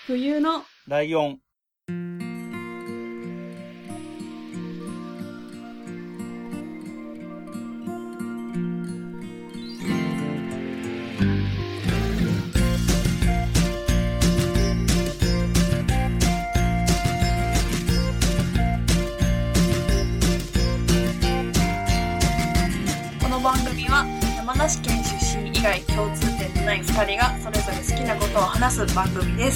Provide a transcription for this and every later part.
冬のライオン。 この番組は山梨県出身以外共通点のない2人がそれぞれ好きなことを話す番組です。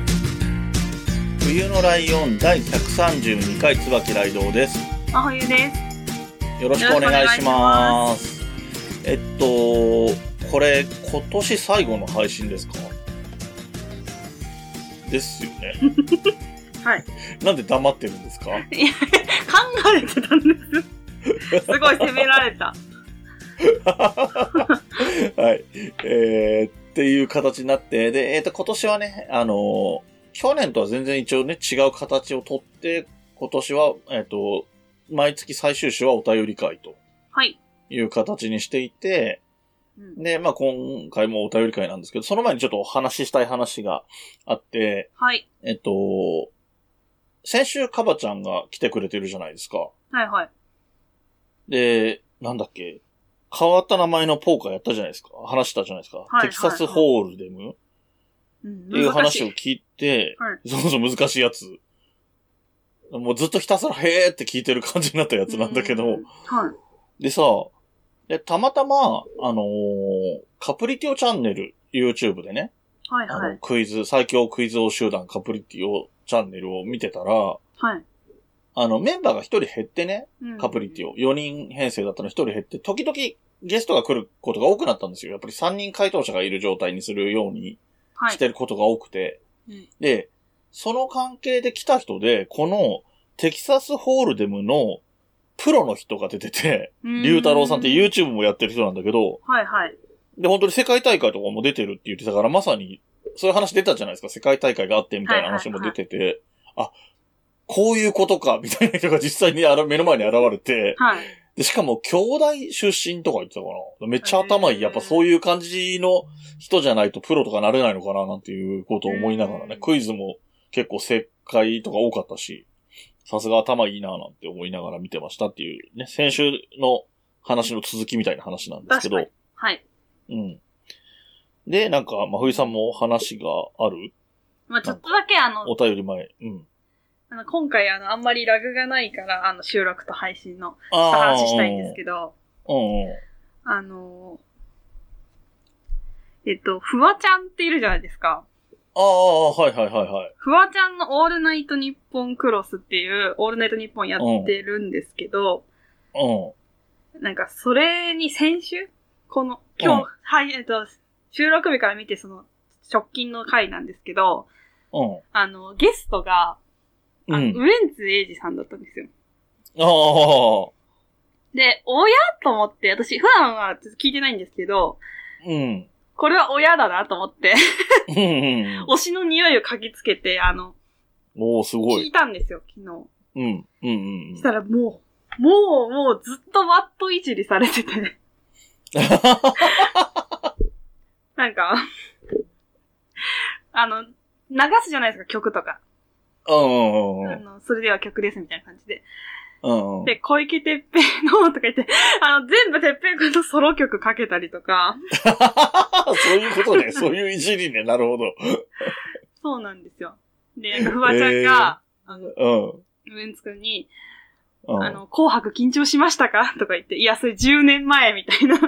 冬のライオン第132回椿ライドウです。 真冬です。 よろしくお願いします。これ今年最後の配信ですか？ですよね。 はい。 なんで黙ってるんですか？ いや、考えてたんです。すごい責められた。 はい。っていう形になって、で、今年はね、去年とは全然一応ね、違う形をとって、今年は、毎月最終週はお便り会と。 はい。 いう形にしていて、で、まあ、今回もお便り会なんですけど、その前にちょっとお話ししたい話があって、 はい。 先週カバちゃんが来てくれてるじゃないですか。 はいはい。 で、なんだっけ、変わった名前のポーカーやったじゃないですか。話したじゃないですか。はい、テキサスホールデム、っていう話を聞いて、そもそも難しいやつ。もうずっとひたすらへーって聞いてる感じになったやつなんだけど、はい。でさ、たまたま、カプリティオチャンネル、YouTube でね、はいはい。最強クイズ王集団カプリティオチャンネルを見てたら、はい。メンバーが一人減ってね、カプリティオ、4人編成だったの一人減って、時々ゲストが来ることが多くなったんですよ。やっぱり3人回答者がいる状態にするようにしてることが多くて。はい、で、その関係で来た人で、このテキサスホールデムのプロの人が出てて、龍太郎さんって YouTube もやってる人なんだけど、はいはい。で、本当に世界大会とかも出てるって言ってたから、まさに、そういう話出たじゃないですか。世界大会があってみたいな話も出てて、はいはいはい、あ、こういうことか、みたいな人が実際に目の前に現れて、はい。で、しかも、兄弟出身とか言ってたかな。めっちゃ頭いい。やっぱそういう感じの人じゃないとプロとかなれないのかな、なんていうことを思いながらね。クイズも結構正解とか多かったし、さすが頭いいな、なんて思いながら見てましたっていうね、先週の話の続きみたいな話なんですけど。はい。うん。で、なんか、真冬さんも話がある？ まあちょっとだけお便り前。うん。 今回あんまりラグがないから、収録と配信の、ちょっと話したいんですけど、フワちゃんっているじゃないですか。 はいはいはいはい。 フワちゃんのオールナイトニッポンクロスっていう、オールナイトニッポンやってるんですけど、なんかそれに先週今日、はい、収録日から見て直近の回なんですけど、ゲストが、ウエンツ瑛士さんだったんですよ。で、親と思って、私普段は聞いてないんですけど、これは親だなと思って、推しの匂いを嗅ぎつけて、 すごい。 聞いたんですよ、昨日。そしたらもうずっとワットいじりされてて。なんか、流すじゃないですか、曲とか。それでは曲ですみたいな感じで。で、小池徹平のとか言って、全部徹平くんのソロ曲かけたりとか。 そういうことね。そういういじりね。なるほど。 そうなんですよ。で、フワちゃんが、ウエンツくんに、紅白緊張しましたかとか言って、いや、それ10年前みたいな。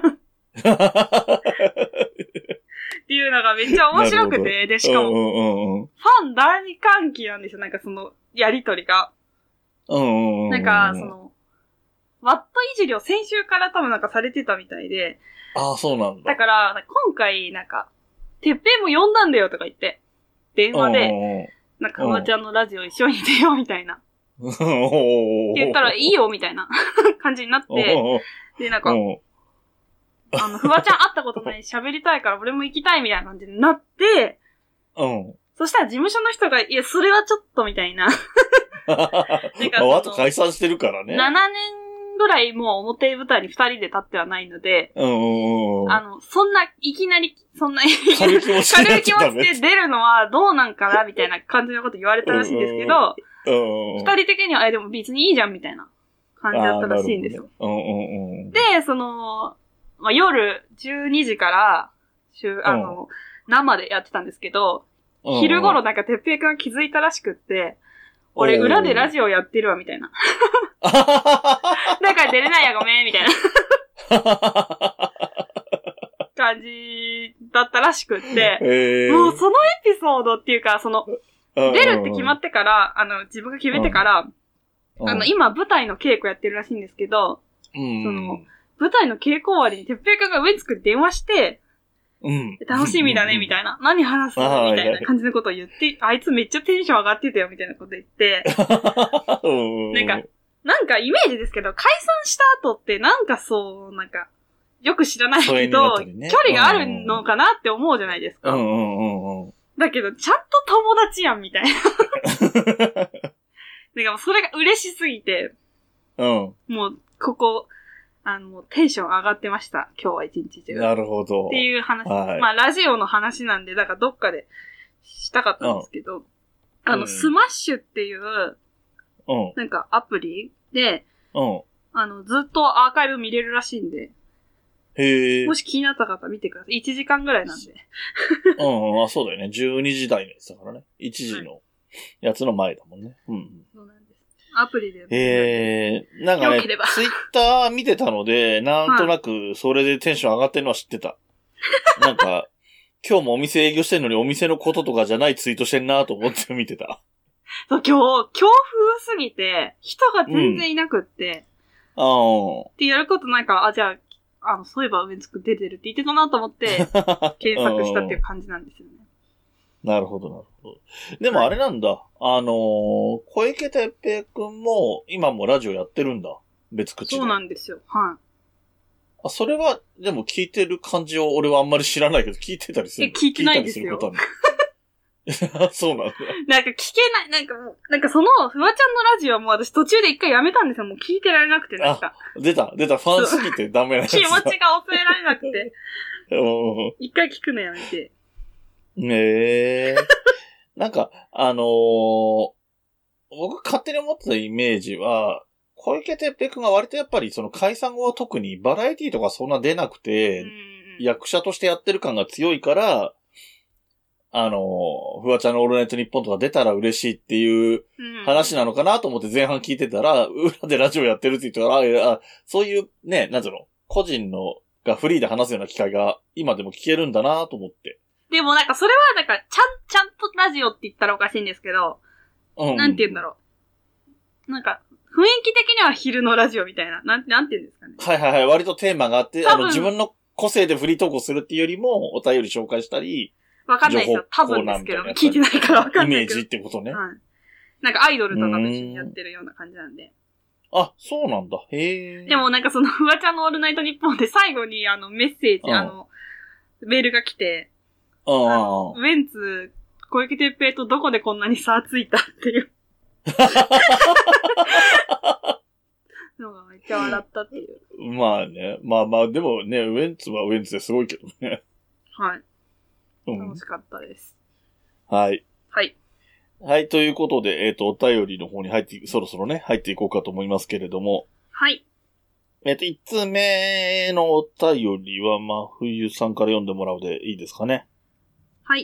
っていうのがめっちゃ面白くて、で、しかも、ファン大歓喜なんですよ。なんかその、やりとりが。なんか、ワットいじりを先週から多分なんかされてたみたいで。 ああ、そうなんだ。 だから、今回なんか、てっぺいも呼んだんだよとか言って、電話で、なんか、フワちゃんのラジオ一緒に出ようみたいな。って言ったら、いいよみたいな感じになって、で、なんか、フワちゃん会ったことないし喋りたいから俺も行きたいみたいな感じになって、そしたら事務所の人が、いや、それはちょっとみたいな。 あと解散してるからね。 7年ぐらいもう表舞台に2人で立ってはないので、そんないきなり、軽い気持ちで出るのはどうなんかなみたいな感じのこと言われたらしいんですけど、2人的には、でも別にいいじゃんみたいな感じだったらしいんですよ。で、夜12時から、生でやってたんですけど、昼頃なんかてっぺいくんが気づいたらしくって、俺裏でラジオやってるわ、みたいな。だから出れないや、ごめん、みたいな。感じだったらしくって、もうそのエピソードっていうか、出るって決まってから、自分が決めてから、今舞台の稽古やってるらしいんですけど、舞台の稽古終わりにてっぺいくんがウエンツくんに電話して、楽しみだね、みたいな。何話すのみたいな感じのことを言って、あいつめっちゃテンション上がってたよ、みたいなこと言って、なんかイメージですけど、解散した後ってなんかよく知らないけど、ね、距離があるのかなって思うじゃないですか。だけど、ちゃんと友達やん、みたいな。もうそれが嬉しすぎて、もう、テンション上がってました。今日は一日中。 なるほど。 っていう話。まあ、ラジオの話なんで、だからどっかでしたかったんですけど、スマッシュっていう、なんかアプリで、ずっとアーカイブ見れるらしいんで、もし気になった方見てください。1時間ぐらいなんで。 そうだよね。12時台のやつだからね。1時のやつの前だもんね。 そうなんです。アプリで。 なんかね、ツイッター見てたので、なんとなくそれでテンション上がってるのは知ってた。なんか、今日もお店営業してんのにお店のこととかじゃないツイートしてんなと思って見てた。 そう、今日、強風すぎて、人が全然いなくって、ってやることないから、じゃあ、そういえばウエンツくん出てるって言ってたなと思って、検索したっていう感じなんですよね。 なるほど、なるほど。でもあれなんだ。小池徹平くんも、今もラジオやってるんだ。別口で。 そうなんですよ。はい。 それは、でも聞いてる感じを俺はあんまり知らないけど、聞いてたりする？ 聞いてないですよ。 そうなんだ。 なんか聞けない、なんかその、フワちゃんのラジオはもう私途中で一回やめたんですよ。もう聞いてられなくて、なんか。 出た、ファンすぎてダメなやつだ。 気持ちが抑えられなくて。一回聞くのやめて。 なんか、僕勝手に思ってたイメージは、小池徹平くんが割とやっぱりその解散後は特にバラエティとかそんな出なくて、役者としてやってる感が強いから、フワちゃんのオールナイトニッポンとか出たら嬉しいっていう話なのかなと思って前半聞いてたら、裏でラジオやってるって言ったら、そういうね、なんつうの、個人のがフリーで話すような機会が今でも聞けるんだなと思って。 でもなんかそれはなんかちゃんとラジオって言ったらおかしいんですけど、なんて言うんだろう。なんか、雰囲気的には昼のラジオみたいな。なんて言うんですかね。 はい。割とテーマがあって、自分の個性でフリートークをするっていうよりも、お便り紹介したり、 わかんないですよ。多分ですけど、聞いてないからわかんないけど。 イメージってことね。 はい。なんかアイドルとかと一緒にやってるような感じなんで。 あ、そうなんだ。へえ。 でもなんかそのフワちゃんのオールナイトニッポンで最後にメッセージ、メールが来て、ウエンツ、小池徹平とどこでこんなに差ついたっていう。のがめっちゃ笑ったっていう。 まあね。まあでもね、ウエンツはウエンツですごいけどね。 はい。楽しかったです。 はい。 はい。 はい、ということで、お便りの方にそろそろね、入っていこうかと思いますけれども。 はい。 1通目のお便りは、冬さんから読んでもらうでいいですかね。 はい。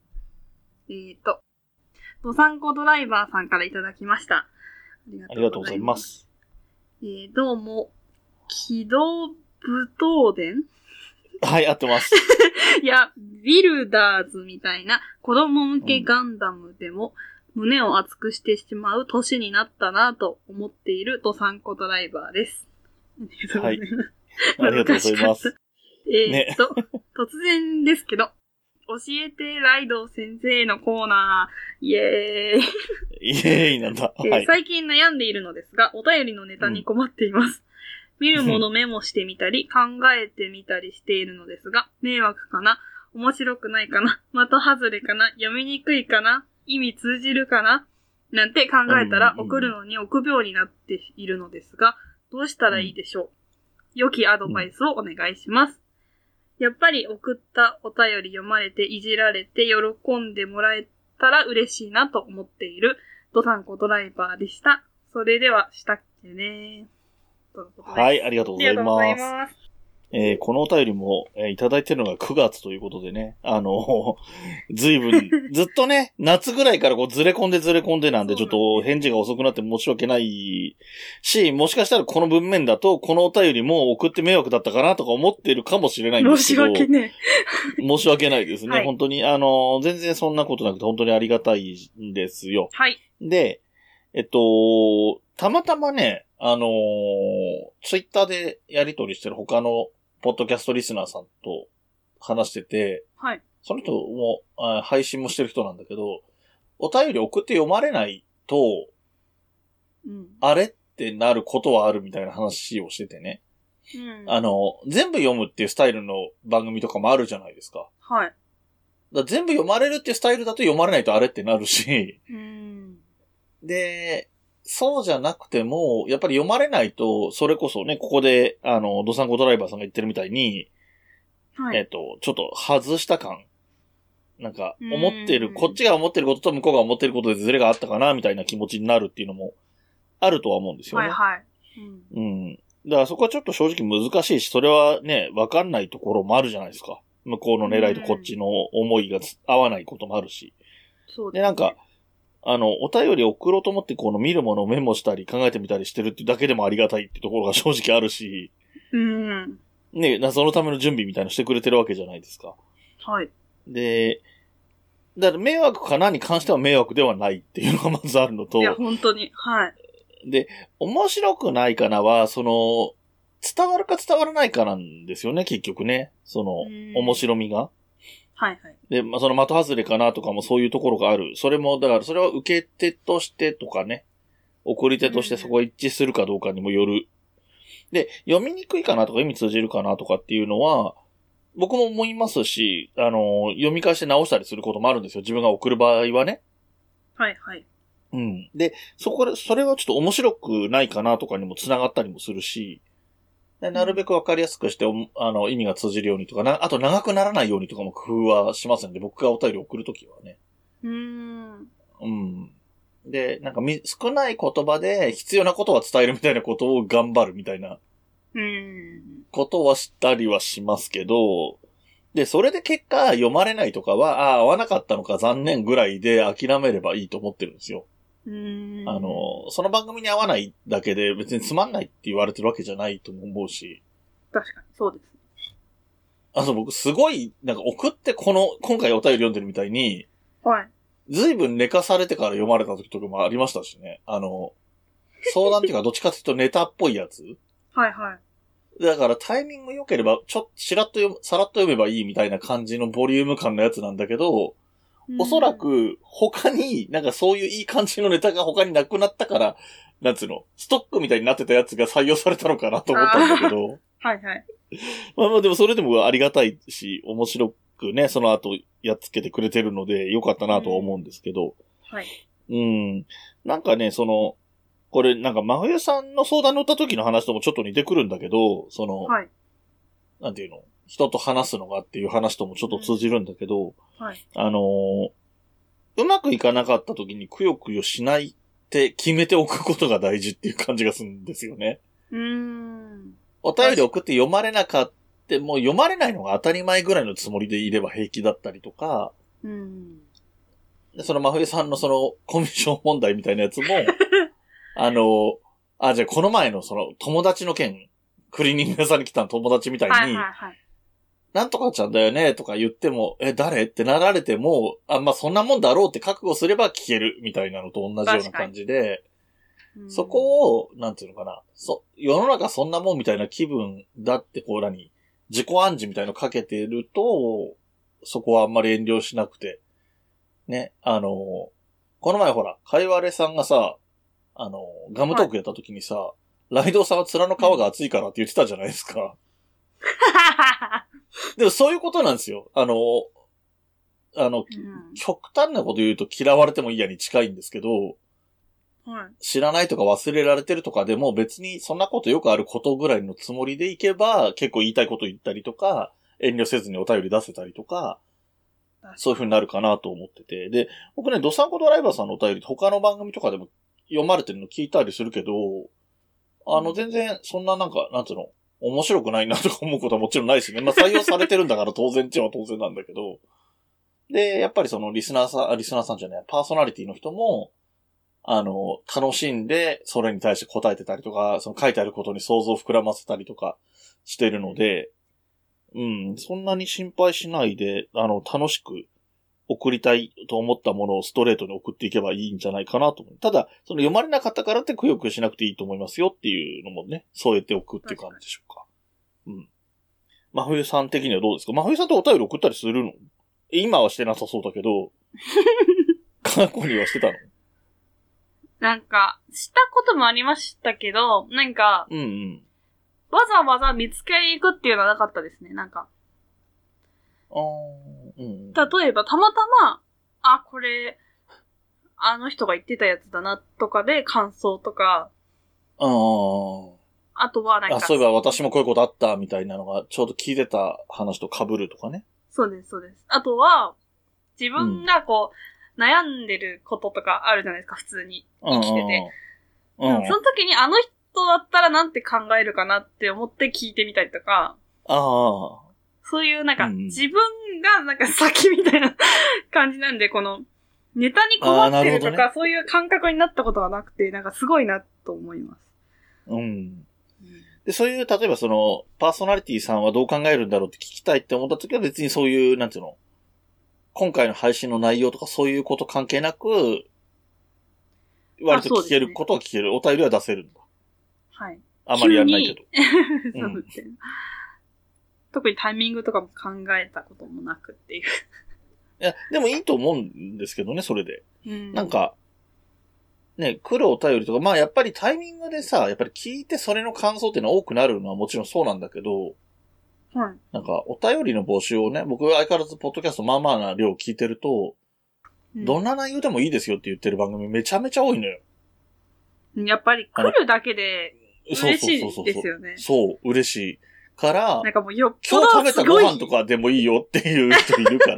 ドサンコドライバーさんからいただきました。 ありがとうございます。 どうも、機動武闘伝はい、合ってます。 いや、ビルダーズみたいな子供向けガンダムでも胸を熱くしてしまう年になったなと思っているドサンコドライバーです。 はい。ありがとうございます。 突然ですけど、教えてライド先生のコーナー、イエーイ。 イエーイなんだ。はい。 最近悩んでいるのですが、お便りのネタに困っています。見るものメモしてみたり、考えてみたりしているのですが、迷惑かな？面白くないかな？的外れかな？読みにくいかな？意味通じるかな？なんて考えたら、送るのに臆病になっているのですが、 どうしたらいいでしょう、良きアドバイスをお願いします。やっぱり送ったお便り読まれていじられて喜んでもらえたら嬉しいなと思っているドサンコドライバーでした。それではしたっけね。 はい、ありがとうございます。ありがとうございます。このお便りも、いただいてるのが9月ということでね、随分、ずっとね、夏ぐらいからこうずれ込んでなんで、ちょっと返事が遅くなって申し訳ないし、もしかしたらこの文面だと、このお便りも送って迷惑だったかなとか思ってるかもしれないんですけど。申し訳ないですね、はい。本当に、全然そんなことなくて本当にありがたいんですよ。 はい。 で、たまたまね、ツイッターでやり取りしてる他のポッドキャストリスナーさんと話してて、 はい。 その人も配信もしてる人なんだけど、お便り送って読まれないと、あれってなることはあるみたいな話をしててね。全部読むっていうスタイルの番組とかもあるじゃないですか。 はい。 全部読まれるっていうスタイルだと読まれないとあれってなるし、で、そうじゃなくても、やっぱり読まれないと、それこそね、ここで、ドサンコドライバーさんが言ってるみたいに、 はい、 ちょっと外した感。なんか、こっちが思ってることと向こうが思ってることでズレがあったかな、みたいな気持ちになるっていうのも、あるとは思うんですよね。 はいはい。 だからそこはちょっと正直難しいし、それはね、わかんないところもあるじゃないですか。向こうの狙いとこっちの思いが合わないこともあるし。 そうですね。 で、なんか、お便り送ろうと思って見るものをメモしたり考えてみたりしてるっていうだけでもありがたいっていうところが正直あるし。ね、そのための準備みたいなのしてくれてるわけじゃないですか。 はい。 で、だから迷惑かなに関しては迷惑ではないっていうのがまずあるのと。 いや、本当に。はい。 で、面白くないかなは、伝わるか伝わらないかなんですよね、結局ね。面白みが。 はいはい。 で、的外れかなとかもそういうところがある。それも、だからそれは受け手としてとかね、送り手としてそこ一致するかどうかにもよる。で、読みにくいかなとか意味通じるかなとかっていうのは、僕も思いますし、読み返して直したりすることもあるんですよ。自分が送る場合はね。 はいはい。 で、それはちょっと面白くないかなとかにも繋がったりもするし、なるべくわかりやすくして、意味が通じるようにとか、あと長くならないようにとかも工夫はしますので、僕がお便り送るときはね。で、なんか少ない言葉で必要なことは伝えるみたいなことを頑張るみたいな、ことはしたりはしますけど、で、それで結果読まれないとかは、合わなかったのか残念ぐらいで諦めればいいと思ってるんですよ。その番組に合わないだけで別につまんないって言われてるわけじゃないと思うし。 確かに、そうですね。 あと僕すごい、なんか送って今回お便り読んでるみたいに、 はい。 ずいぶん寝かされてから読まれた時とかもありましたしね。相談っていうかどっちかっていうとネタっぽいやつ。 はいはい。 だからタイミング良ければ、さらっと読めばいいみたいな感じのボリューム感のやつなんだけど、おそらく他になんかそういういい感じのネタが他になくなったから、なんつうの、ストックみたいになってたやつが採用されたのかなと思ったんだけど。 はいはい。 まあでもそれでもありがたいし、面白くね、その後やっつけてくれてるのでよかったなとは思うんですけど。 はい。 なんかね、これなんか真冬さんの相談乗った時の話ともちょっと似てくるんだけど、 はい。 なんていうの、人と話すのがっていう話ともちょっと通じるんだけど、 はい。 うまくいかなかった時にくよくよしないって決めておくことが大事っていう感じがするんですよね。お便り送って読まれなかった、もう読まれないのが当たり前ぐらいのつもりでいれば平気だったりとか、でその真冬さんのコミュ障問題みたいなやつも、じゃあこの前の友達の件、クリーニング屋さんに来た友達みたいに、 はいはいはい。 なんとかちゃんだよねとか言っても、誰ってなられても、まあ、そんなもんだろうって覚悟すれば聞けるみたいなのと同じような感じで、そこを、なんていうのかな、世の中そんなもんみたいな気分だって自己暗示みたいのかけてると、そこはあんまり遠慮しなくて、ね、この前ほら、かいわれさんがさ、ガムトークやった時にさ、ライドウさんは面の皮が厚いからって言ってたじゃないですか。でもそういうことなんですよ。極端なこと言うと嫌われても嫌に近いんですけど、 知らないとか忘れられてるとかでも別にそんなことよくあることぐらいのつもりでいけば結構言いたいこと言ったりとか、遠慮せずにお便り出せたりとか、そういう風になるかなと思ってて。で、僕ね、ドサンコドライバーさんのお便り他の番組とかでも読まれてるの聞いたりするけど、全然そんななんか、なんつうの、面白くないなとか思うことはもちろんないしね。まあ採用されてるんだから当然っちゃ当然なんだけど。で、やっぱりそのリスナーさんじゃない、パーソナリティの人も、楽しんで、それに対して答えてたりとか、その書いてあることに想像を膨らませたりとかしてるので、そんなに心配しないで、楽しく送りたいと思ったものをストレートに送っていけばいいんじゃないかなと思う。ただ、その読まれなかったからってくよくよしなくていいと思いますよっていうのもね、添えておくっていう感じでしょうか。真冬さん的にはどうですか？真冬さんってお便り送ったりするの？今はしてなさそうだけど、過去にはしてたの？ なんか、したこともありましたけど、なんか、わざわざ見つけに行くっていうのはなかったですね、なんか。例えば、たまたま、これ、あの人が言ってたやつだな、とかで感想とか、あとはなんか。 そういえば私もこういうことあった、みたいなのが、ちょうど聞いてた話と被るとかね。 そうです、そうです。あとは、自分が悩んでることとかあるじゃないですか、普通に。生きてて。その時にあの人だったらなんて考えるかなって思って聞いてみたりとか。そういうなんか、自分がなんか先みたいな感じなんで、この、ネタに困ってるとか、そういう感覚になったことがなくて、なんかすごいなと思います。 で、そういう、例えばその、パーソナリティさんはどう考えるんだろうって聞きたいって思った時は別にそういう、なんていうの、今回の配信の内容とかそういうこと関係なく、割と聞けることは聞ける。お便りは出せるんだ。 はい。 あまりやんないけど。 そうですね。特にタイミングとかも考えたこともなくっていう。 いや、でもいいと思うんですけどね、それで。なんか、ね、来るお便りとか、まあやっぱりタイミングでさ、やっぱり聞いてそれの感想っていうのは多くなるのはもちろんそうなんだけど、なんか、お便りの募集をね、僕は相変わらずポッドキャストまあまあな量聞いてると、どんな内容でもいいですよって言ってる番組めちゃめちゃ多いのよ。 やっぱり来るだけで嬉しいですよね。 そう、嬉しい。から、 なんかもうよっぽど今日食べたご飯とかでもいいよっていう人いるから。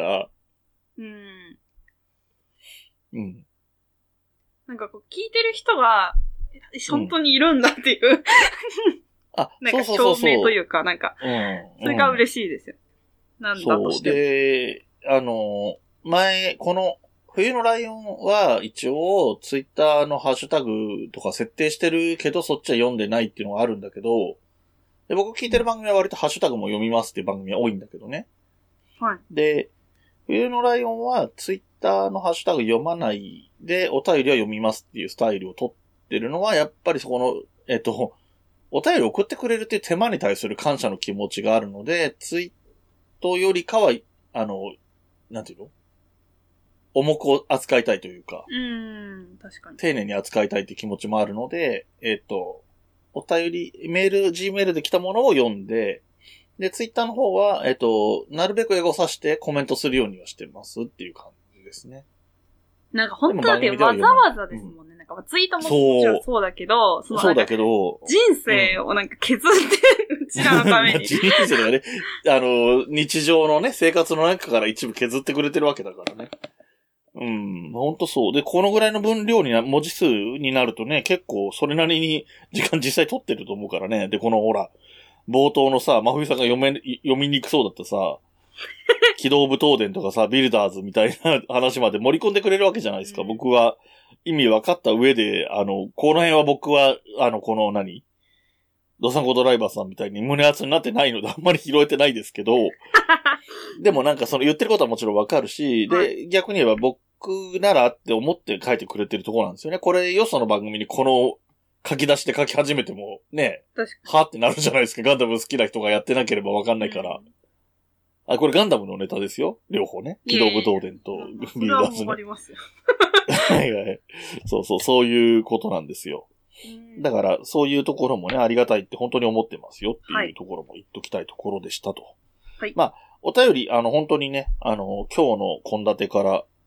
なんか聞いてる人が、本当にいるんだっていう。なんか証明というか、なんか、それが嬉しいですよ。なんだとしても。 で、前、この、冬のライオンは一応、ツイッターのハッシュタグとか設定してるけど、そっちは読んでないっていうのがあるんだけど、で僕聞いてる番組は割とハッシュタグも読みますっていう番組は多いんだけどね。で、冬のライオンはツイッターのハッシュタグ読まないで、お便りは読みますっていうスタイルを取ってるのは、やっぱりそこの、お便り送ってくれるっていう手間に対する感謝の気持ちがあるので、ツイートよりかは、なんていうの？重く扱いたいというか。 確かに。 丁寧に扱いたいって気持ちもあるので、お便り、メール、Gmail で来たものを読んで、で、ツイッターの方は、なるべくエゴさしてコメントするようにはしてますっていう感じですね。 なんか本当だってわざわざですもんね。なんかツイートももちろんそうだけど、 そうだけど、 人生をなんか削ってうちらのために。 人生がね、日常のね、生活の中から一部削ってくれてるわけだからね。ほんとそう。で、このぐらいの分量に文字数になるとね、結構それなりに時間実際取ってると思うからね。で、このほら、冒頭のさ、真冬さんが読みにくそうだったさ、機動武闘伝とかさ、ビルダーズみたいな話まで盛り込んでくれるわけじゃないですか。僕は意味分かった上で、この辺は僕は、このドサンコドライバーさんみたいに胸熱になってないのであんまり拾えてないですけど、でもなんかその言ってることはもちろん分かるし、で、逆に言えば僕ならって思って書いてくれてるところなんですよね。これよその番組にこの書き出して書き始めてもね、はってなるじゃないですか。ガンダム好きな人がやってなければ分かんないから。これガンダムのネタですよ。両方ね。機動武闘伝とビルダーズね。はいはい。そういうことなんですよ。だから、そういうところもね、ありがたいって本当に思ってますよっていうところも言っときたいところでしたと。はい。まあ、お便り、本当にね、今日の献立から、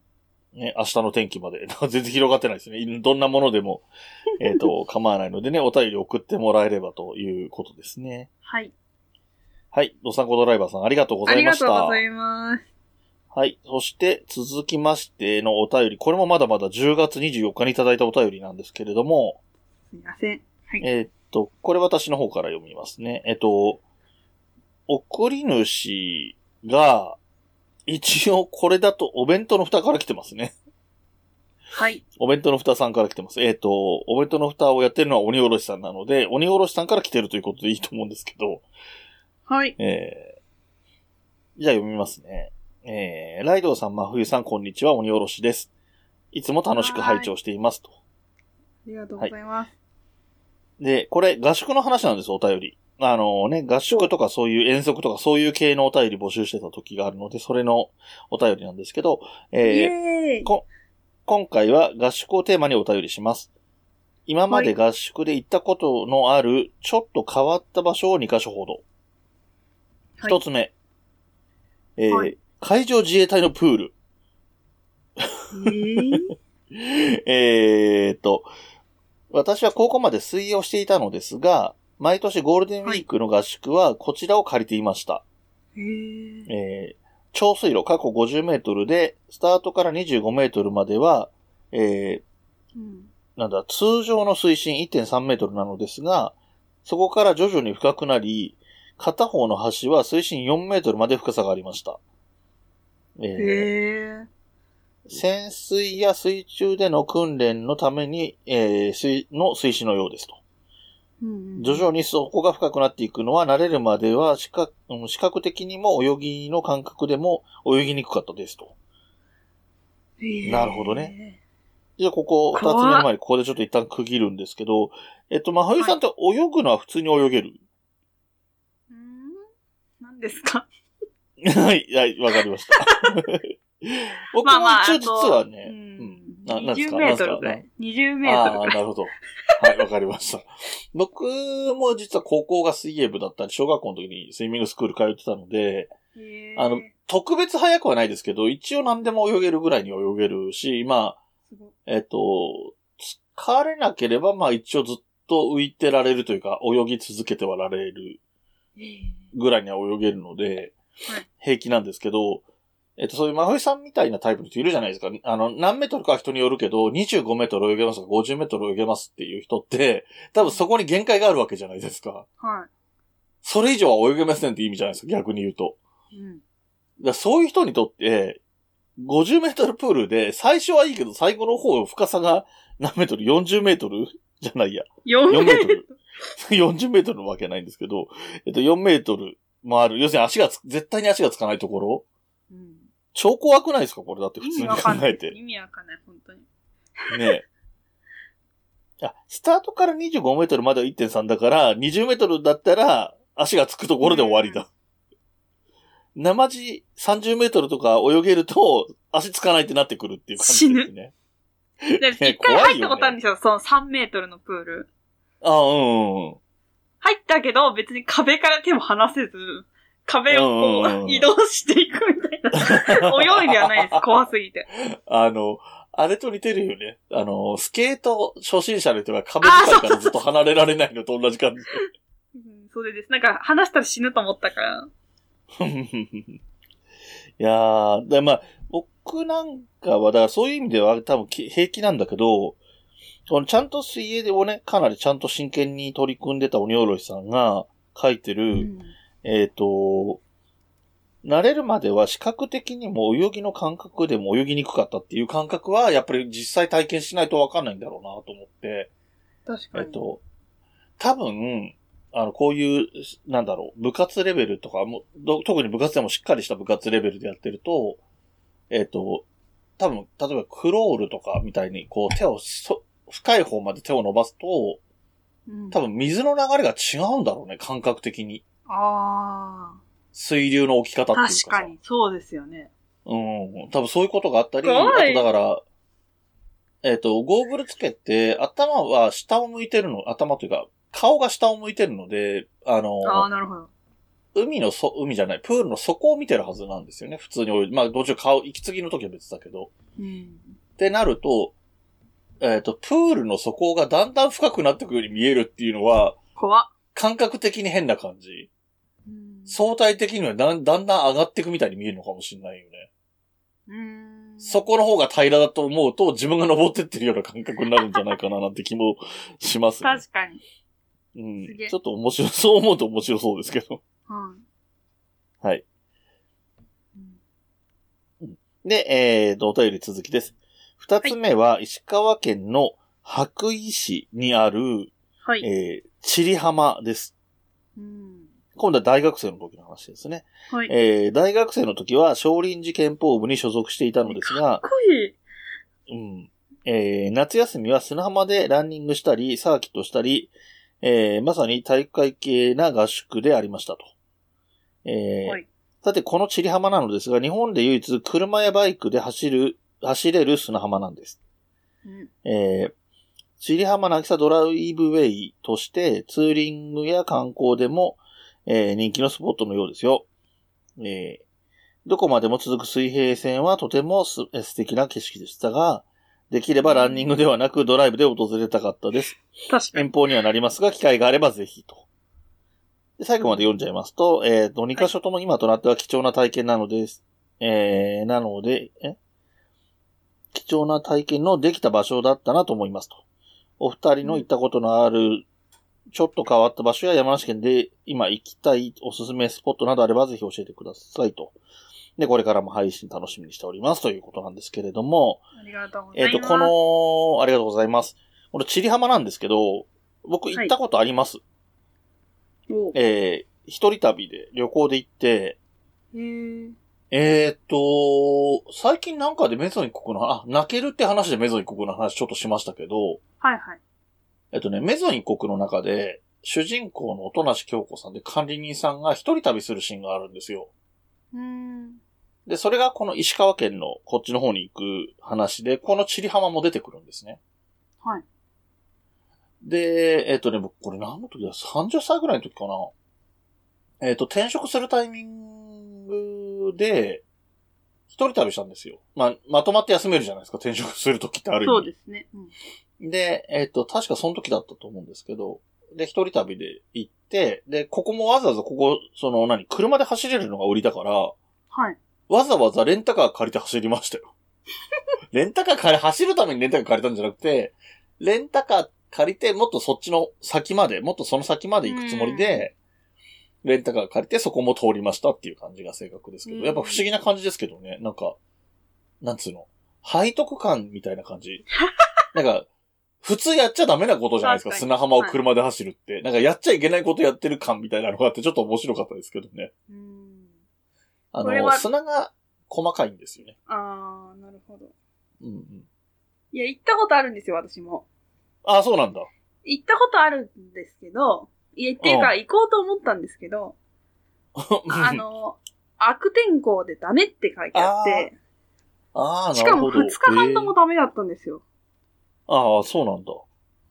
ね、明日の天気まで。全然広がってないですね。どんなものでも、構わないのでね、お便り送ってもらえればということですね。 はい。 はい。ドサンコドライバーさんありがとうございました。 ありがとうございます。 はい。そして続きましてのお便り、これもまだまだ10月24日にいただいたお便りなんですけれども。 すみません。はい。 これ私の方から読みますね。送り主が、一応これだとお弁当の蓋から来てますね。 はい。 お弁当の蓋さんから来てます。お弁当の蓋をやってるのは鬼おろしさんなので、鬼おろしさんから来てるということでいいと思うんですけど。 はい。 じゃあ読みますね。ライドウさん、真冬さん、こんにちは、鬼おろしです。いつも楽しく拝聴していますと。 ありがとうございます。はい、 で、これ、合宿の話なんです、お便り。合宿とかそういう遠足とかそういう系のお便り募集してた時があるので、それのお便りなんですけど、今回は合宿をテーマにお便りします。今まで合宿で行ったことのある、ちょっと変わった場所を2カ所ほど。一、つ目。海上自衛隊のプール。私は高校まで水泳をしていたのですが、毎年ゴールデンウィークの合宿はこちらを借りていました。長水路過去50メートルで、スタートから25メートルまでは、通常の水深 1.3 メートルなのですが、そこから徐々に深くなり、片方の端は水深4メートルまで深さがありました。潜水や水中での訓練のために、水深のようですと。徐々にそこが深くなっていくのは慣れるまでは視覚的にも泳ぎの感覚でも泳ぎにくかったですと。なるほどね。じゃあここ、二つ目の前にここでちょっと一旦区切るんですけど、真冬さんって泳ぐのは普通に泳げる？ 何ですか？ はい、わかりました。僕も一応実はね、 20メートルぐらい。20メートルぐらい。 なるほど。はい、わかりました。僕も実は高校が水泳部だったり、小学校の時にスイミングスクール通ってたので、特別早くはないですけど、一応何でも泳げるぐらいに泳げるし、疲れなければ、一応ずっと浮いてられるというか、泳ぎ続けてはられるぐらいには泳げるので、平気なんですけど、そういう真冬さんみたいなタイプの人いるじゃないですか。何メートルかは人によるけど、25メートル泳げますとか50メートル泳げますっていう人って、多分そこに限界があるわけじゃないですか。 はい。 それ以上は泳げませんって意味じゃないですか、逆に言うと。そういう人にとって、50メートルプールで、最初はいいけど、最後の方深さが何メートル ?40 メートルじゃないや。 4メートル。 40メートルのわけないんですけど、4メートルもある。要するに絶対に足がつかないところ。超怖くないですかこれだって普通に考えて。 意味わかんない、本当に。 ねえ。スタートから25メートルまでは 1.3 だから、20メートルだったら足がつくところで終わりだ。生地30メートルとか泳げると足つかないってなってくるっていう感じですね。 一回入ったことあるんですよ、その3メートルのプール。入ったけど別に壁から手も離せず、壁をこう移動していくみたいな。泳いではないです。怖すぎて。 あれと似てるよね。スケート初心者の人が壁近いからずっと離れられないのと同じ感じ。 それです。なんか離したら死ぬと思ったから。 いやー、僕なんかは、だからそういう意味では多分平気なんだけど、ちゃんと水泳をね、かなりちゃんと真剣に取り組んでた鬼おろしさんが書いてる、慣れるまでは視覚的にも泳ぎの感覚でも泳ぎにくかったっていう感覚は、やっぱり実際体験しないとわかんないんだろうなと思って。 確かに。 多分、こういう、部活レベルとかも、特に部活でもしっかりした部活レベルでやってると、多分、例えばクロールとかみたいに、こう深い方まで手を伸ばすと、多分水の流れが違うんだろうね、感覚的に。水流の置き方っていうかさ。 確かに、そうですよね。 多分そういうことがあったり、あとだから、ゴーグルつけて、頭は下を向いてるの、頭というか、顔が下を向いてるので、 なるほど。 海じゃない、プールの底を見てるはずなんですよね。普通に泳いで。まあ、どっちか息継ぎの時は別だけど。ってなると、プールの底がだんだん深くなってくるように見えるっていうのは、 怖っ。 感覚的に変な感じ。相対的にはだんだん上がっていくみたいに見えるのかもしれないよね。そこの方が平らだと思うと、自分が登ってってるような感覚になるんじゃないかななんて気もしますね。 確かに。 ちょっと面白そう思うと面白そうですけど。はい。で、お便り続きです。二つ目は、石川県の羽咋市にある、千里浜です。今度は大学生の時の話ですね。大学生の時は少林寺拳法部に所属していたのですが、 かっこいい。夏休みは砂浜でランニングしたり、サーキットしたり、まさに体育会系な合宿でありましたと。さて、この千里浜なのですが、日本で唯一車やバイクで走れる砂浜なんです。千里浜渚ドライブウェイとしてツーリングや観光でも、人気のスポットのようですよ。どこまでも続く水平線はとても素敵な景色でしたが、できればランニングではなくドライブで訪れたかったです。 確かに。 遠方にはなりますが、機会があればぜひと。で最後まで読んじゃいますと、2カ所とも今となっては貴重な体験なのです。貴重な体験のできた場所だったなと思いますと。お二人の行ったことのある、ちょっと変わった場所や山梨県で今行きたいおすすめスポットなどあればぜひ教えてくださいと。で、これからも配信楽しみにしておりますということなんですけれども。 ありがとうございます。 ありがとうございます。この千里浜なんですけど、僕行ったことあります。一人旅で旅行で行って、最近なんかでメゾン一国の、泣けるって話でメゾン一国の話ちょっとしましたけど、メゾン一国の中で、主人公の音無京子さんで管理人さんが一人旅するシーンがあるんですよ。で、それがこの石川県のこっちの方に行く話で、この千里浜も出てくるんですね。で、僕これ何の時だ ?30 歳ぐらいの時かな。転職するタイミングで、一人旅したんですよ。まとまって休めるじゃないですか、転職する時ってある意味。 そうですね。 で、確かその時だったと思うんですけど、で、一人旅で行って、で、ここもわざわざ車で走れるのが売りだから、わざわざレンタカー借りて走りましたよ。レンタカー走るためにレンタカー借りたんじゃなくて、レンタカー借りて、もっとそっちの先まで、もっとその先まで行くつもりで、レンタカー借りてそこも通りましたっていう感じが正確ですけど、やっぱ不思議な感じですけどね、なんか、なんつうの、背徳感みたいな感じ。なんか、普通やっちゃダメなことじゃないですか、砂浜を車で走るって。なんかやっちゃいけないことやってる感みたいなのがあってちょっと面白かったですけどね。砂が細かいんですよね。 なるほど。いや、行ったことあるんですよ、私も。 そうなんだ。 行ったことあるんですけど、っていうか、行こうと思ったんですけど、悪天候でダメって書いてあって、しかも2日半ともダメだったんですよ。 そうなんだ。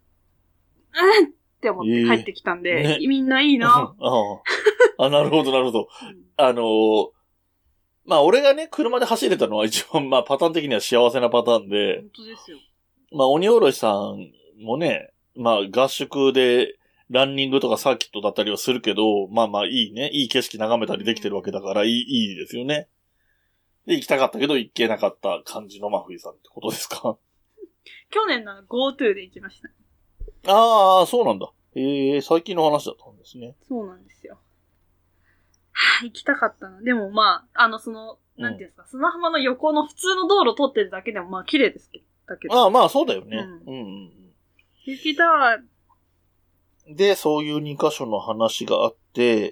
って思って帰ってきたんで、みんないいな。 なるほど、なるほど。俺がね、車で走れたのは一番、パターン的には幸せなパターンで。 本当ですよ。 鬼おろしさんもね、合宿でランニングとかサーキットだったりはするけど、いいね。いい景色眺めたりできてるわけだから、いいですよね。で、行きたかったけど行けなかった感じの真冬さんってことですか？ 去年の GoTo で行きました。 そうなんだ。最近の話だったんですね。 そうなんですよ。行きたかったな。でもなんていうんですか、砂浜の横の普通の道路通ってるだけでも綺麗ですけど。 そうだよね。 行きたい。で、 そういう2カ所の話があって、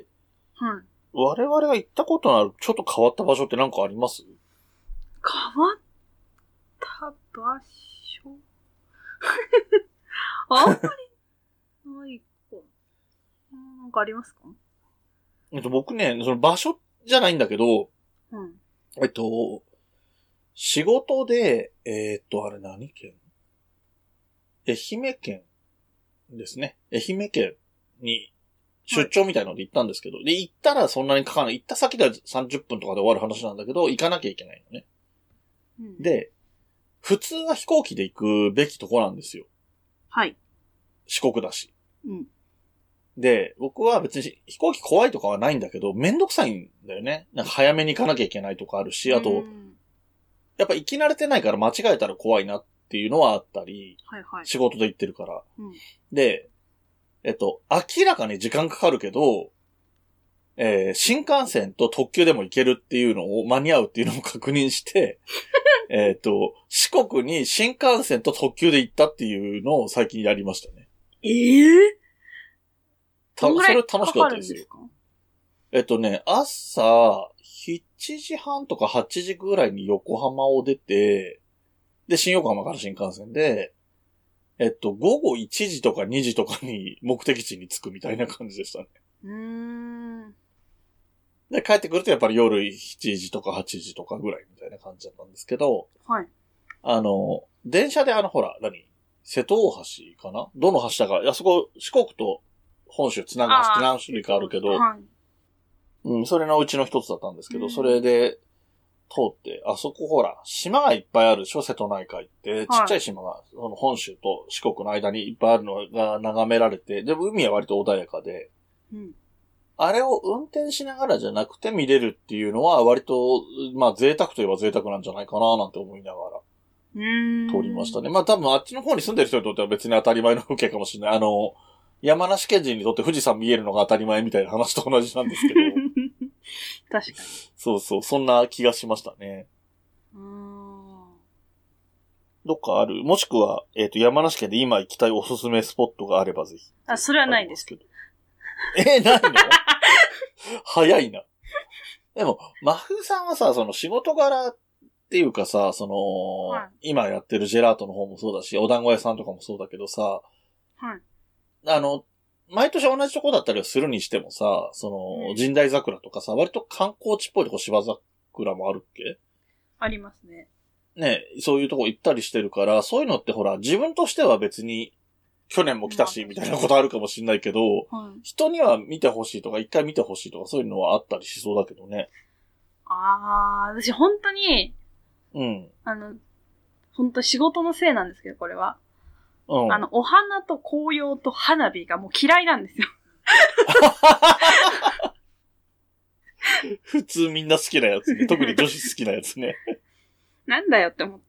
我々が行ったことのあるちょっと変わった場所って何かあります？ 変わった場所あんまりないか。なんかありますか？ 僕ね、その場所じゃないんだけど、仕事で、あれ何県？愛媛県ですね。愛媛県に出張みたいので行ったんですけど、で、行ったらそんなにかかない。行った先では30分とかで終わる話なんだけど、行かなきゃいけないのね。うん、で、普通は飛行機で行くべきとこなんですよ。 はい。 四国だし。 うん。 で、僕は別に飛行機怖いとかはないんだけど、めんどくさいんだよね。なんか早めに行かなきゃいけないとかあるし、あと、やっぱ行き慣れてないから間違えたら怖いなっていうのはあったり、 はいはい、 仕事で行ってるから。 うん、 で、明らかに時間かかるけど、新幹線と特急でも行けるっていうのを、間に合うっていうのを確認して、四国に新幹線と特急で行ったっていうのを最近やりましたね。それ楽しかったですよ。朝、7時半とか8時ぐらいに横浜を出て、で、新横浜から新幹線で、午後1時とか2時とかに目的地に着くみたいな感じでしたね。で、帰ってくるとやっぱり夜7時とか8時とかぐらいみたいな感じだったんですけど、 はい。 電車でほら、瀬戸大橋かなどの橋だか、あそこ、四国と本州つなぐ橋って何種類かあるけど、はい。うん、それのうちの一つだったんですけど、それで通って、あそこほら、島がいっぱいあるでしょ瀬戸内海って、ちっちゃい島が、その本州と四国の間にいっぱいあるのが眺められて、でも海は割と穏やかで、 うん。 あれを運転しながらじゃなくて見れるっていうのは割と、まあ贅沢といえば贅沢なんじゃないかななんて思いながら通りましたね。まあ多分あっちの方に住んでる人にとっては別に当たり前の風景かもしれない。山梨県人にとって富士山見えるのが当たり前みたいな話と同じなんですけど。 確かに。 そうそう、そんな気がしましたね。どっかある？もしくは、山梨県で今行きたいおすすめスポットがあればぜひ。 あ、それはないですけど。 ないの？早いな。でも、真冬さんはさ、その仕事柄っていうかさ、はい、今やってるジェラートの方もそうだし、お団子屋さんとかもそうだけどさ、 はい。 毎年同じとこだったりはするにしてもさ、神代桜とかさ、割と観光地っぽいとこ芝桜もあるっけ？ ありますね。 ね、そういうとこ行ったりしてるから、そういうのってほら、自分としては別に、去年も来たし、みたいなことあるかもしれないけど、はい、人には見てほしいとか、一回見てほしいとか、そういうのはあったりしそうだけどね。 私本当に、 うん。 本当仕事のせいなんですけど、これは。うん。お花と紅葉と花火がもう嫌いなんですよ。 普通みんな好きなやつね。特に女子好きなやつね。 なんだよって思って。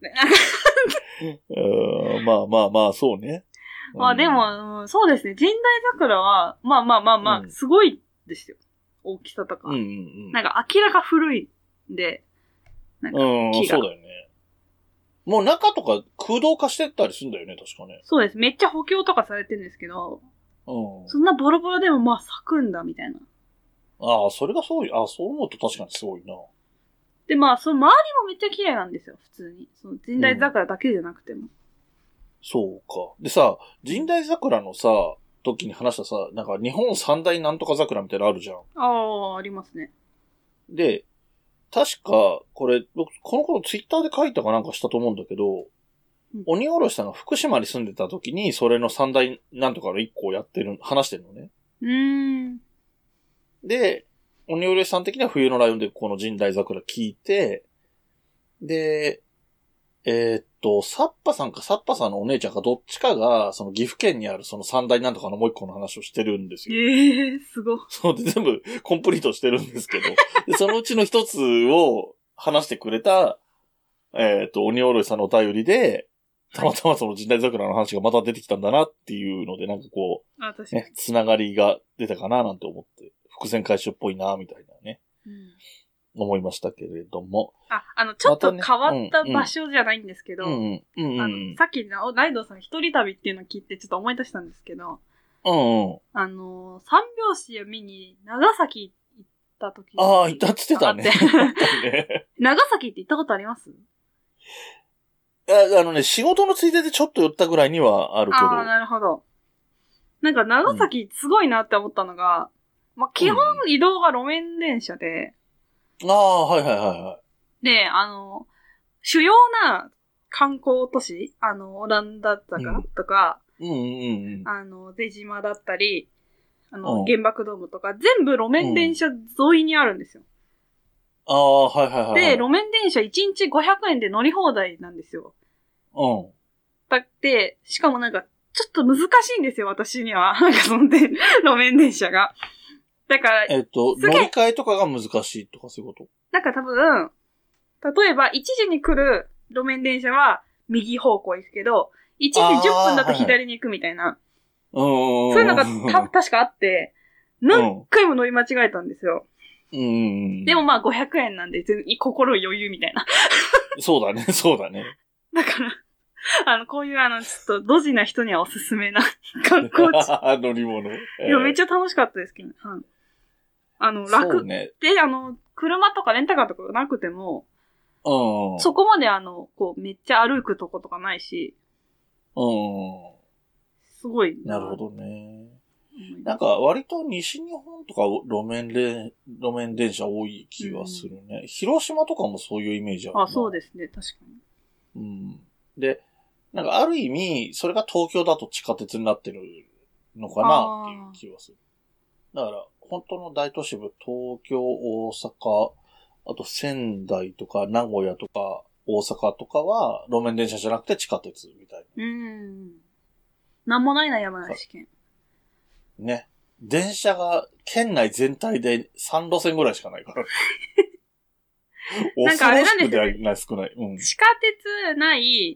まあまあまあ、そうね。 まあでも、そうですね。神代桜は、まあ、すごいですよ。大きさとか。なんか明らか古いんで、なんか木が。 そうだよね。もう中とか空洞化してったりするんだよね、確かね。 そうです。めっちゃ補強とかされてるんですけど、そんなボロボロでもまあ咲くんだ、みたいな。 それがそう思うと確かにすごいな。 で、まあ、その周りもめっちゃ綺麗なんですよ、普通に。その神代桜だけじゃなくても。 そうか。でさ、神代桜のさ、時に話したさ、なんか日本三大なんとか桜みたいなのあるじゃん。 ありますね。 で、確か、これ、僕、この頃ツイッターで書いたかなんかしたと思うんだけど、鬼おろしさんが福島に住んでた時に、それの三大なんとかの一個を話してるのね。で、鬼おろしさん的には冬のライオンでこの神代桜聞いて、で、サッパさんのお姉ちゃんかどっちかが、その岐阜県にあるその三大なんとかのもう一個の話をしてるんですよ。 すごい。 そうで全部コンプリートしてるんですけど、でそのうちの一つを話してくれた、鬼おろしさんのお便りで、たまたまその神代桜の話がまた出てきたんだなっていうので、なんかこう、ね、つながりが出たかななんて思って、伏線回収っぽいなみたいなね。思いましたけれども。 ちょっと変わった場所じゃないんですけど、さっきのライドさん一人旅っていうのを聞いてちょっと思い出したんですけど、三拍子を見に長崎行った時に。 行ったって言ってたね。 長崎って行ったことあります？ 仕事のついででちょっと寄ったぐらいにはあるけど。 なるほど。なんか長崎すごいなって思ったのが、まあ、基本移動が路面電車で、 はい。 で、主要な観光都市、オランダ坂とか、出島だったり、 原爆ドームとか、全部路面電車沿いにあるんですよ。 ああ、はいはいはい。 で、路面電車1日500円で乗り放題なんですよ。だって、しかもなんか、ちょっと難しいんですよ、私には。なんか路面電車が。だから、 乗り換えとかが難しいとかそういうこと？ なんか多分、例えば1時に来る路面電車は右方向行くけど、1時10分だと左に行くみたいな。そういうのが確かあって、何回も乗り間違えたんですよ。でもまあ500円なんで、心余裕みたいな。 そうだね、そうだね。 だから、こういうちょっとドジな人にはおすすめな観光地。 乗り物。いや、めっちゃ楽しかったですけど、楽。ね、で、車とかレンタカーとかなくても、そこまでめっちゃ歩くとことかないし、すごい。 なるほどね。なんか割と西日本とか路面電車多い気がするね。広島とかもそういうイメージあるな。 あ、そうですね、確かに。で、なんかある意味、それが東京だと地下鉄になってるのかなっていう気がする。だから、本当の大都市部、東京、大阪、あと仙台とか名古屋とか大阪とかは路面電車じゃなくて地下鉄みたいな。 なんもないな、山梨県。 ね。電車が県内全体で3路線ぐらいしかないから。 なんかあれなんですよ、ね。 少ない。 地下鉄ない、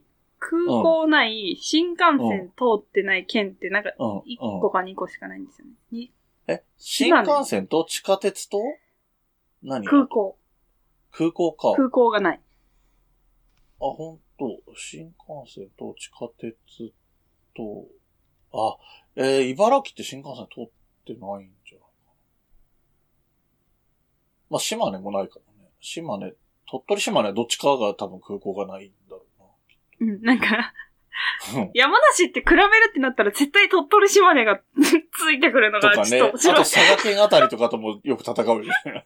空港ない、新幹線通ってない県ってなんか1個か2個しかないんですよね。 新幹線と地下鉄と何？ 空港。 空港か。 空港がない。 あ、ほんと。新幹線と地下鉄と、茨城って新幹線通ってないんじゃないかな。まあ、島根もないからね。鳥取島根どっちかが多分空港がないんだろうな。なんか、山梨って比べるってなったら絶対鳥取島根がついてくるのがちょっと面白い。 あと佐賀県あたりとかともよく戦うよね。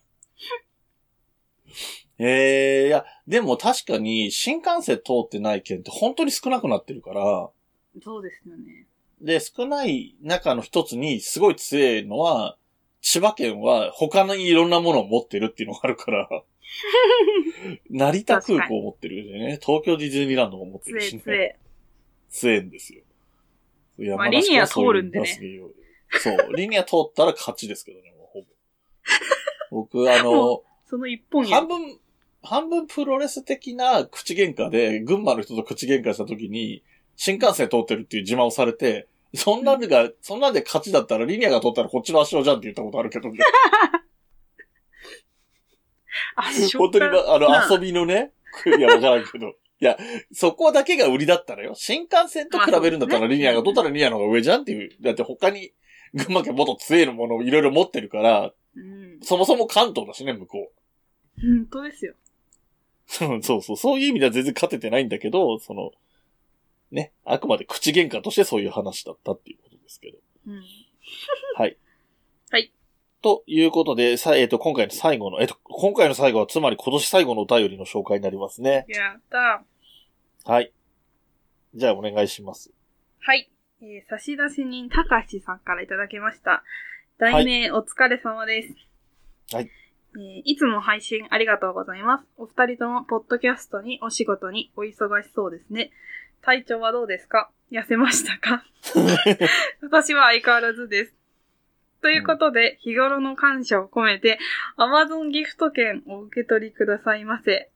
いや、でも確かに新幹線通ってない県って本当に少なくなってるから。 そうですよね。 で、少ない中の一つにすごい強いのは、千葉県は他のいろんなものを持ってるっていうのがあるから、成田空港を持ってるよね。東京ディズニーランドも持ってるしね。強いんですよ。 まあ、リニア通るんでね。 そう、リニア通ったら勝ちですけどね、もうほぼ。僕、 その一本半分プロレス的な口喧嘩で、群馬の人と口喧嘩した時に、新幹線通ってるっていう自慢をされて、そんなんで勝ちだったらリニアが通ったらこっちの足尾じゃんって言ったことあるけどね。本当に遊びのね、いや、わからんけど。いや、そこだけが売りだったらよ。新幹線と比べるんだったらリニアが通ったらリニアの方が上じゃんっていう。だって他に群馬県もっと強いものをいろいろ持ってるから、そもそも関東だしね、向こう。本当ですよ。 そういう意味では全然勝ててないんだけど、ね、あくまで口喧嘩としてそういう話だったっていうことですけど。はい。 はい。 ということで、今回の最後はつまり今年最後のお便りの紹介になりますね。 やったー。はい。じゃあお願いします。 はい。差出人たかしさんからいただきました。題名、お疲れ様です。 はい。 いつも配信ありがとうございます。お二人ともポッドキャストにお仕事にお忙しそうですね。体調はどうですか？痩せましたか？私は相変わらずです。ということで、日頃の感謝を込めて、Amazon ギフト券を受け取りくださいませ。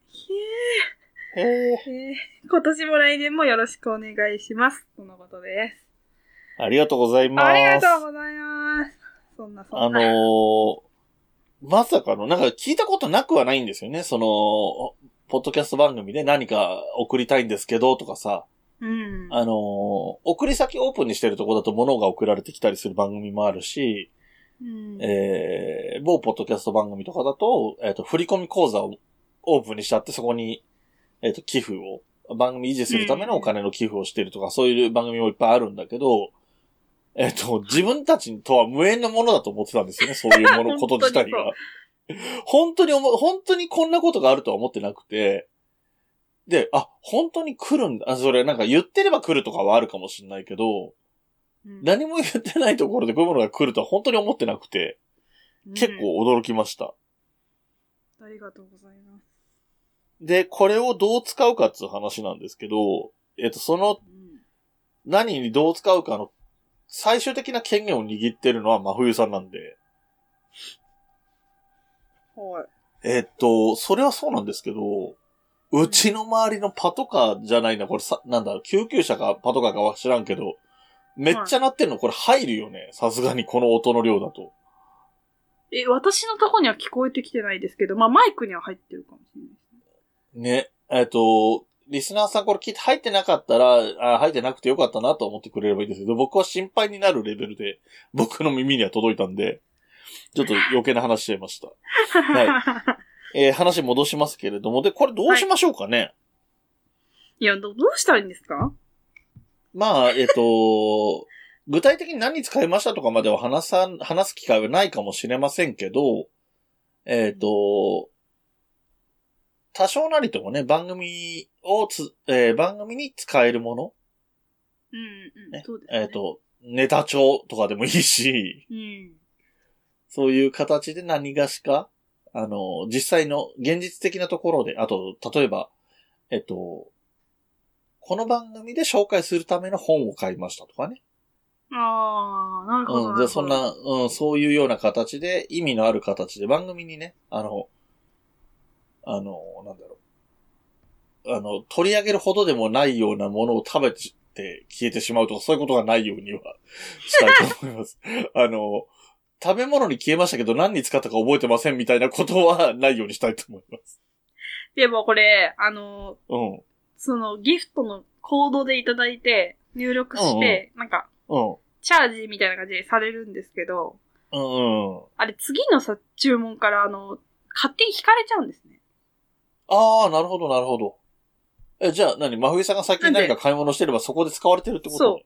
今年も来年もよろしくお願いします。とのことです。 ありがとうございます。 ありがとうございます。そんな。 まさかの、なんか聞いたことなくはないんですよね。ポッドキャスト番組で何か送りたいんですけどとかさ。送り先オープンにしてるところだと物が送られてきたりする番組もあるし、某ポッドキャスト番組とかだと、振込口座をオープンにしちゃってそこに、寄付を、番組維持するためのお金の寄付をしてるとか、そういう番組もいっぱいあるんだけど、自分たちとは無縁のものだと思ってたんですよね、そういうこと自体が。本当にこんなことがあるとは思ってなくて、で、本当に来るんだ。それなんか言ってれば来るとかはあるかもしれないけど、 何も言ってないところでこういうものが来るとは本当に思ってなくて、結構驚きました。 ありがとうございます。 で、これをどう使うかっていう話なんですけど、その、何にどう使うかの最終的な権限を握ってるのは真冬さんなんで。 はい。 それはそうなんですけど、うちの周りのパトカーじゃないな、これなんだろう、救急車かパトカーかは知らんけど、めっちゃ鳴ってんの、これ入るよね。さすがにこの音の量だと。 私のとこには聞こえてきてないですけど、まあマイクには入ってるかもしれないですね。ね、リスナーさんこれ聞いて入ってなかったら、入ってなくてよかったなと思ってくれればいいんですけど、僕は心配になるレベルで、僕の耳には届いたんで、ちょっと余計な話しちゃいました。はい。話戻しますけれども、で、これどうしましょうかね。はいいや、どうしたらいいんですか？ まあ、具体的に何に使いましたとかまでは話す機会はないかもしれませんけど、多少なりともね、番組に使えるもの、 ね、そうですね。 ネタ帳とかでもいいし、そういう形で何がしか、実際の現実的なところで、あと、例えば、この番組で紹介するための本を買いましたとかね。 ああ、なるほど。 そんな、そういうような形で、意味のある形で番組にね、なんだろう。取り上げるほどでもないようなものを食べて消えてしまうとか、そういうことがないようにはしたいと思います。食べ物に消えましたけど何に使ったか覚えてませんみたいなことはないようにしたいと思います。 でもこれ、そのギフトのコードでいただいて、入力して、なんか、チャージみたいな感じでされるんですけど、あれ次の注文から勝手に引かれちゃうんですね。 ああ、なるほど、なるほど。じゃあ真冬さんが最近何か買い物してればそこで使われてるってこと？そう。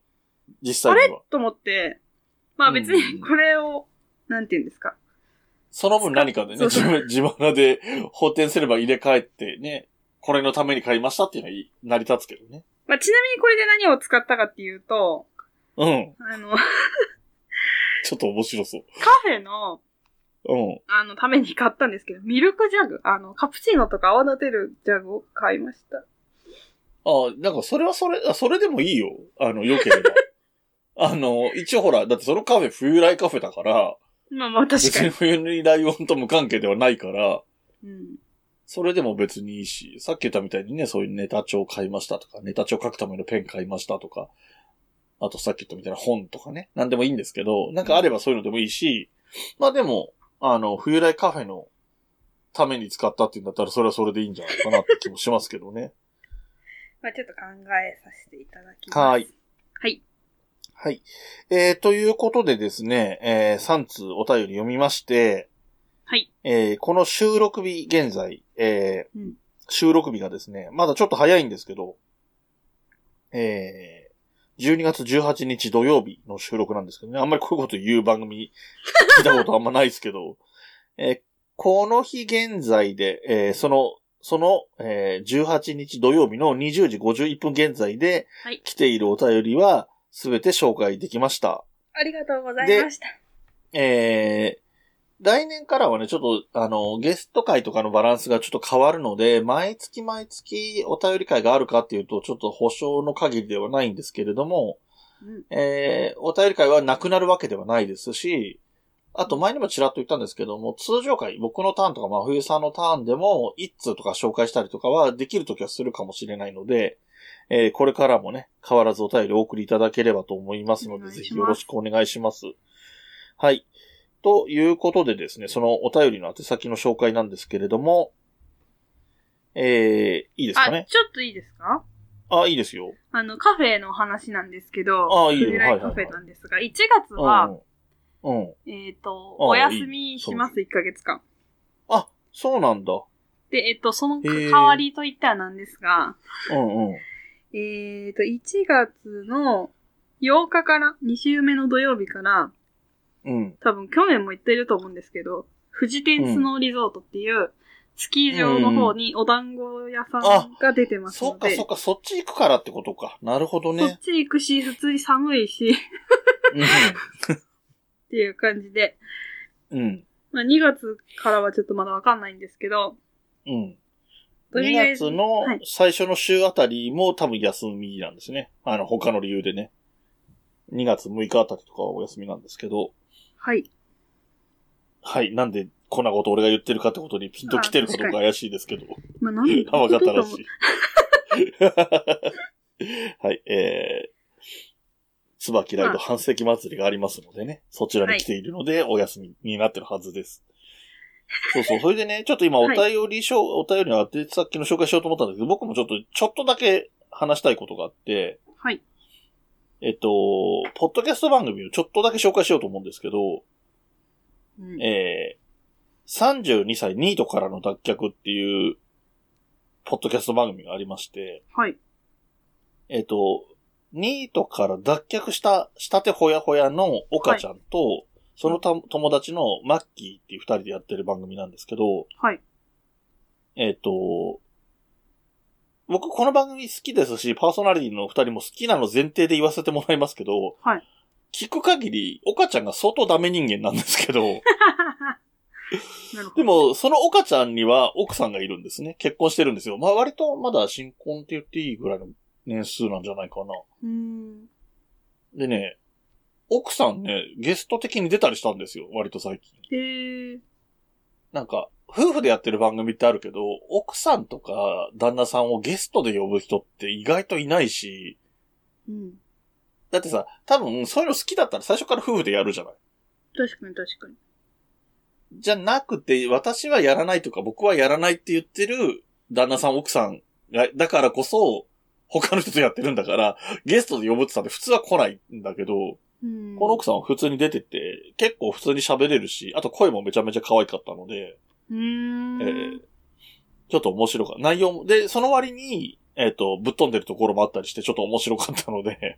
実際には。 あれと思って、まあ別にこれを、なんて言うんですか。 その分何かでね、自腹で補填すれば入れ替えてね、これのために買いましたっていうのは成り立つけどね。 まあちなみにこれで何を使ったかっていうと、 ちょっと面白そう。 カフェの、ために買ったんですけど、ミルクジャグ、カプチーノとか泡立てるジャグを買いました。 なんかそれはそれでもいいよ。良ければ。一応ほら、だってそのカフェ冬来カフェだから、 まあ確かに。 別に冬来温と無関係ではないから、それでも別にいいし、さっき言ったみたいにね、そういうネタ帳買いましたとか、ネタ帳書くためのペン買いましたとか、あとさっき言ったみたいな本とかね、なんでもいいんですけど、なんかあればそういうのでもいいし、まあでも、冬来カフェのために使ったっていうんだったら、それはそれでいいんじゃないかなって気もしますけどね。 まあちょっと考えさせていただきます。はい。はい。 はい。ということでですね、3通お便り読みまして、 はい。 この収録日現在、収録日がですね、まだちょっと早いんですけど、12月18日土曜日の収録なんですけどね、あんまりこういうこと言う番組聞いたことあんまないですけど、この日現在で、その、18日土曜日の20時51分現在で来ているお便りはすべて紹介できました。 ありがとうございました。 来年からはね、ちょっと、ゲスト会とかのバランスがちょっと変わるので、毎月お便り会があるかっていうと、ちょっと保証の限りではないんですけれども、お便り会はなくなるわけではないですし、あと前にもちらっと言ったんですけども、通常回、僕のターンとか真冬さんのターンでも、一通とか紹介したりとかはできるときはするかもしれないので、これからもね、変わらずお便りお送りいただければと思いますので、ぜひよろしくお願いします。はい。ということでですね、そのお便りの宛先の紹介なんですけれども、いいですかね。 ちょっといいですか？ いいですよ。 カフェの話なんですけど、 いいよ。 冬来カフェなんですが、1月は、お休みします、1ヶ月間。 そうなんだ。 で、その代わりといってはなんですが、1月の8日から、2週目の土曜日から、多分去年も言ってると思うんですけど、富士天スノーリゾートっていうスキー場の方にお団子屋さんが出てますので。 そっか、そっち行くからってことか。なるほどね。 そっち行くし、普通に寒いし。 っていう感じで。 うん。 まあ2月からはちょっとまだわかんないんですけど。 うん。2月の最初の週あたりも多分休みなんですね。他の理由でね。2月6日あたりとかはお休みなんですけど。 はい。 はい。なんで、こんなこと俺が言ってるかってことにピンと来てるかどうか怪しいですけど。 まあ、なんわかったらしい。はい。椿ライド半世紀祭りがありますのでね。そちらに来ているので、お休みになってるはずです。そうそう。それでね、ちょっと今お便りに当ててさっきの紹介しようと思ったんですけど、僕もちょっとだけ話したいことがあって、 はい。 ポッドキャスト番組をちょっとだけ紹介しようと思うんですけど、 うん、 32歳ニートからの脱却っていう、ポッドキャスト番組がありまして、 はい。 ニートから脱却したてほやほやの岡ちゃんと、はい、その友達のマッキーっていう二人でやってる番組なんですけど、 はい。 僕この番組好きですし、パーソナリティの二人も好きなの前提で言わせてもらいますけど、 はい。 聞く限り、岡ちゃんが相当ダメ人間なんですけど、でも、その岡ちゃんには奥さんがいるんですね。結婚してるんですよ。まあ割とまだ新婚って言っていいぐらいの年数なんじゃないかな。でね、奥さんね、ゲスト的に出たりしたんですよ。割と最近。 へー。 なんか、夫婦でやってる番組ってあるけど、奥さんとか旦那さんをゲストで呼ぶ人って意外といないし、 うん。 だってさ、多分そういうの好きだったら最初から夫婦でやるじゃない。 確かに確かに。 じゃなくて、私はやらないとか僕はやらないって言ってる旦那さん奥さんが、だからこそ、他の人とやってるんだから、ゲストで呼ぶってさって普通は来ないんだけど、この奥さんは普通に出てて、結構普通に喋れるし、あと声もめちゃめちゃ可愛かったので、ちょっと面白かった。内容も、で、その割に、ぶっ飛んでるところもあったりして、ちょっと面白かったので、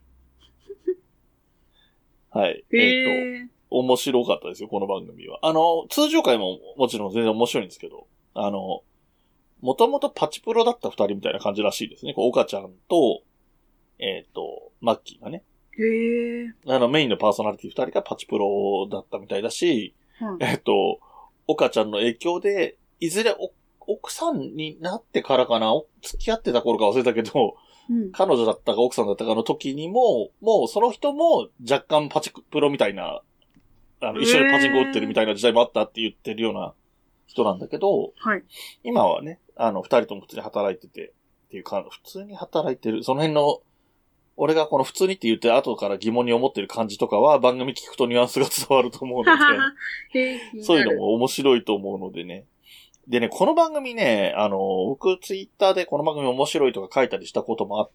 はい。面白かったですよ、この番組は。通常回ももちろん全然面白いんですけど、もともとパチプロだった二人みたいな感じらしいですね。岡ちゃんと、マッキーがね。メインのパーソナリティ二人がパチプロだったみたいだし、岡ちゃんの影響で、いずれ奥さんになってからかな、付き合ってた頃か忘れたけど、彼女だったか奥さんだったかの時にも、もうその人も若干パチプロみたいな、一緒にパチンコ打ってるみたいな時代もあったって言ってるような人なんだけど、 はい、 今はね、二人とも普通に働いてて、っていうか、普通に働いてる。その辺の、俺がこの普通にって言って後から疑問に思ってる感じとかは番組聞くとニュアンスが伝わると思うので、そういうのも面白いと思うのでね。でね、この番組ね、僕ツイッターでこの番組面白いとか書いたりしたこともあって、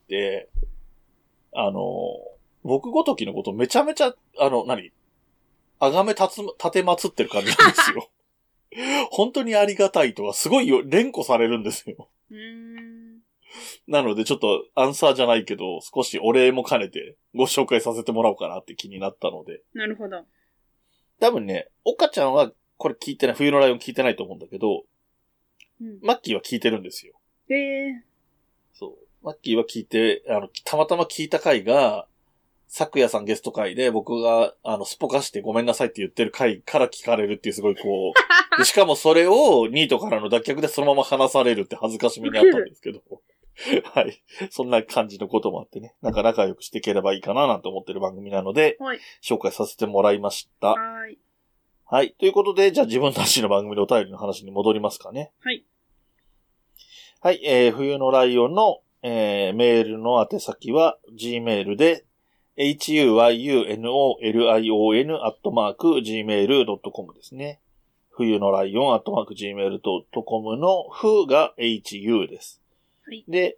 僕ごときのことめちゃめちゃ、あがめ立てまつってる感じなんですよ。本当にありがたいとかすごい連呼されるんですよ。なのでちょっとアンサーじゃないけど、少しお礼も兼ねてご紹介させてもらおうかなって気になったので。 なるほど。 多分ね、岡ちゃんはこれ聞いてない、冬のライオン聞いてないと思うんだけど、マッキーは聞いてるんですよ。そう。マッキーは聞いて、たまたま聞いた回が、昨夜さんゲスト回で僕が、すっぽかしてごめんなさいって言ってる回から聞かれるっていうすごいこう、でしかもそれをニートからの脱却でそのまま話されるって恥ずかしみにあったんですけど。はい。そんな感じのこともあってね。なんか仲良くしていければいいかななんて思ってる番組なので、 はい、 紹介させてもらいました。はい。ということで、じゃあ自分たちの番組のお便りの話に戻りますかね。 はい。 はい。冬のライオンの、メールの宛先は Gmail で、huyunolion@gmail.com ですね。冬のライオン@gmail.com のふが hu です。 はい、 で、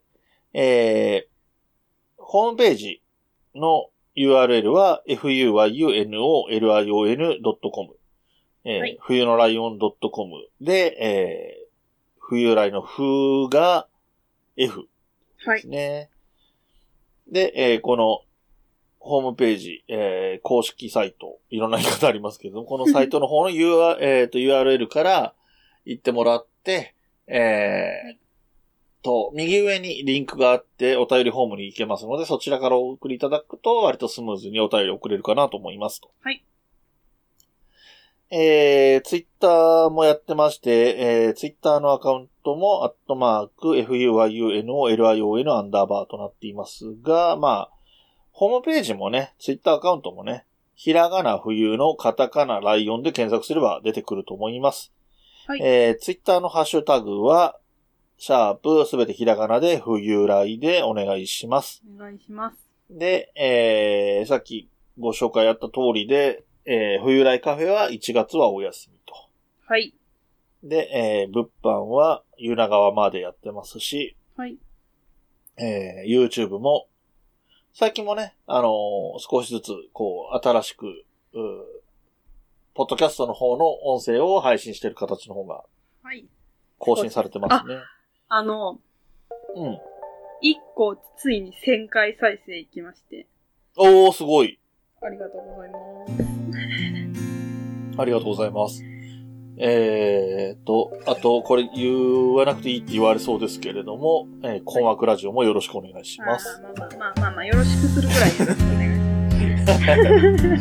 ホームページの URL は fuyunolion.com、 はい、 冬のライオン .com で、冬来のふが F ですね。はい、で、このホームページ、公式サイト、いろんな言い方ありますけども、このサイトの方のURL から行ってもらって、 右上にリンクがあってお便りフォームに行けますので、そちらからお送りいただくと割とスムーズにお便り送れるかなと思いますと。 はい。 ツイッターもやってまして、ツイッターのアカウントも、@FUYUNOLION_ となっていますが、まあ、ホームページもね、ツイッターアカウントもね、ひらがな冬のカタカナライオンで検索すれば出てくると思います。 はい。 ツイッターのハッシュタグは、シャープすべてひらがなで冬来でお願いします。 お願いします。 で、さっきご紹介あった通りで、冬来カフェは1月はお休みと。 はい。 で、物販は湯永川までやってますし、 はい。 YouTube も、最近もね、少しずつ、新しく、ポッドキャストの方の音声を配信している形の方が、 はい。 更新されてますね。 1個ついに1000回再生いきまして。 おー、すごい。 ありがとうございます。 ありがとうございます。あと、これ言わなくていいって言われそうですけれども、困惑ラジオもよろしくお願いします。 まあ、よろしくするくらいよろしくお願いします。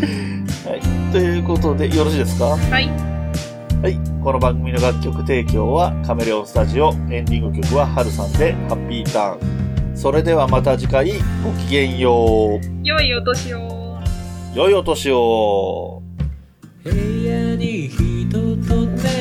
はい。ということで、よろしいですか？ はい。 はい。この番組の楽曲提供はカメレオンスタジオ、エンディング曲はハルさんでハッピーターン。それではまた次回、ごきげんよう。 良いお年を。 良いお年を。 部屋に人とね